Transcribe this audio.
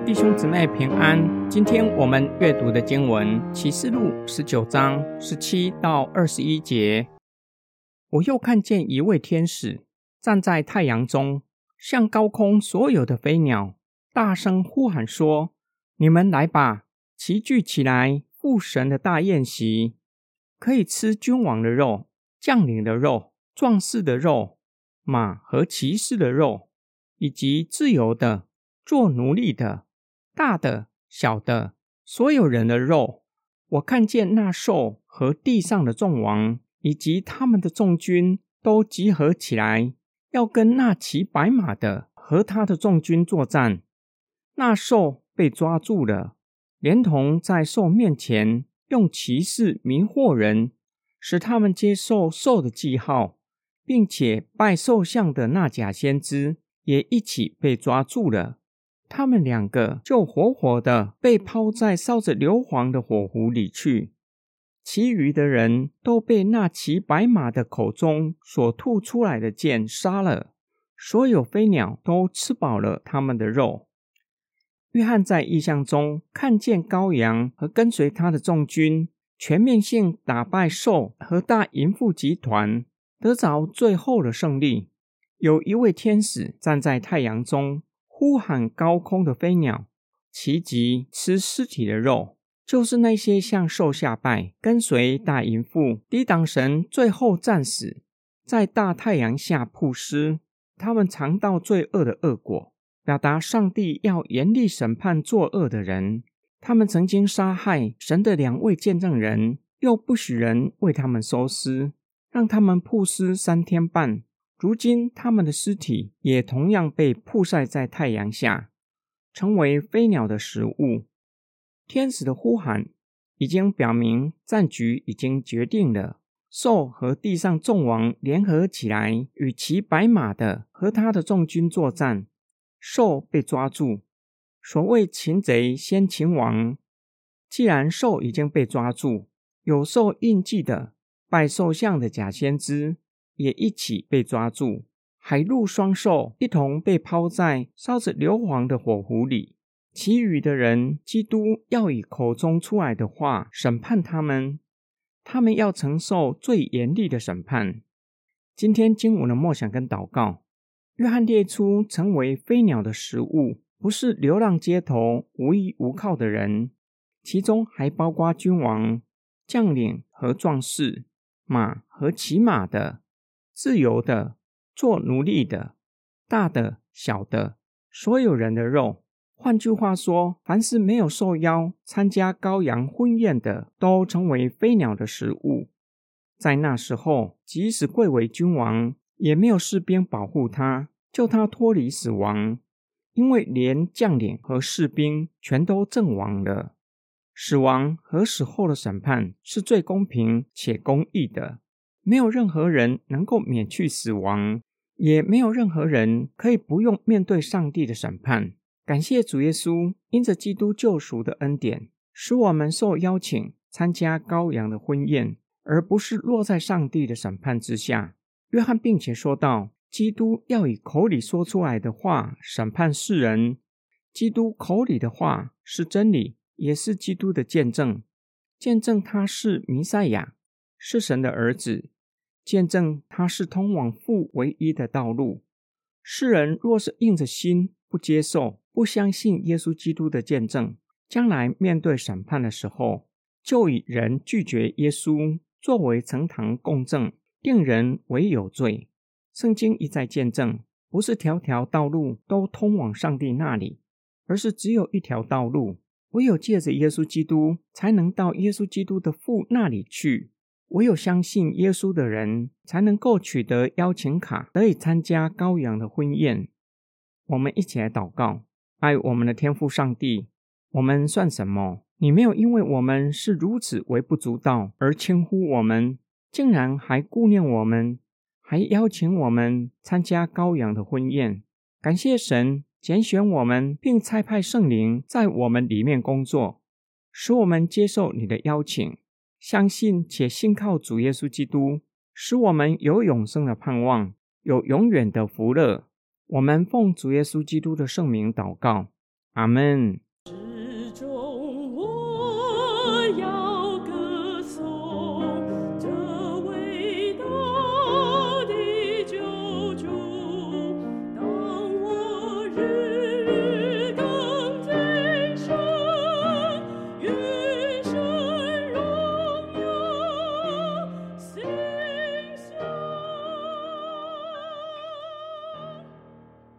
弟兄姊妹平安，今天我们阅读的经文启示录19章17到21节。我又看见一位天使站在太阳中，向高空所有的飞鸟大声呼喊说：你们来吧，齐聚起来，赴神的大宴席，可以吃君王的肉、将领的肉、壮士的肉、马和骑士的肉，以及自由的、做奴隶的、大的、小的，所有人的肉。我看见那兽和地上的众王以及他们的众军都集合起来，要跟那骑白马的和他的众军作战。那兽被抓住了，连同在兽面前用奇事迷惑人，使他们接受兽的记号，并且拜兽像的那假先知也一起被抓住了。他们两个就活活的被抛在烧着硫磺的火湖里去，其余的人都被那骑白马的口中所吐出来的箭杀了。所有飞鸟都吃饱了他们的肉。约翰在异象中看见羔羊和跟随他的众军全面性打败兽和大淫妇集团，得着最后的胜利。有一位天使站在太阳中，呼喊高空的飞鸟，齐集吃尸体的肉，就是那些向兽下拜、跟随大淫妇、抵挡神最后战死，在大太阳下曝尸。他们尝到罪恶的恶果，表达上帝要严厉审判作恶的人。他们曾经杀害神的2位见证人，又不许人为他们收尸，让他们曝尸3天半。如今他们的尸体也同样被曝晒在太阳下，成为飞鸟的食物。天使的呼喊已经表明战局已经决定了，兽和地上众王联合起来，与骑白马的和他的众军作战。兽被抓住，所谓擒贼先擒王。既然兽已经被抓住，有兽印记的拜兽像的假先知也一起被抓住，海陆双兽一同被抛在烧着硫磺的火湖里。其余的人，基督要以口中出来的话审判他们，他们要承受最严厉的审判。今天经文的默想跟祷告，约翰列出成为飞鸟的食物，不是流浪街头无依无靠的人，其中还包括君王、将领和壮士、马和骑马的、自由的、做奴隶的、大的、小的，所有人的肉。换句话说，凡是没有受邀参加羔羊婚宴的，都成为飞鸟的食物。在那时候，即使贵为君王，也没有士兵保护他，救他脱离死亡，因为连将领和士兵全都阵亡了。死亡和死后的审判是最公平且公义的，没有任何人能够免去死亡，也没有任何人可以不用面对上帝的审判。感谢主耶稣，因着基督救赎的恩典，使我们受邀请参加羔羊的婚宴，而不是落在上帝的审判之下。约翰并且说道，基督要以口里说出来的话审判世人。基督口里的话是真理，也是基督的见证，见证他是弥赛亚，是神的儿子，见证他是通往父唯一的道路。世人若是硬着心不接受、不相信耶稣基督的见证，将来面对审判的时候，就以人拒绝耶稣作为呈堂供证，定人为有罪。圣经一再见证，不是条条道路都通往上帝那里，而是只有一条道路，唯有借着耶稣基督才能到耶稣基督的父那里去。唯有相信耶稣的人才能够取得邀请卡，得以参加羔羊的婚宴。我们一起来祷告。爱我们的天父上帝，我们算什么？你没有因为我们是如此微不足道而轻忽我们，竟然还顾念我们，还邀请我们参加羔羊的婚宴。感谢神拣选我们，并差派圣灵在我们里面工作，使我们接受你的邀请，相信且信靠主耶稣基督，使我们有永生的盼望，有永远的福乐。我们奉主耶稣基督的圣名祷告， 阿们。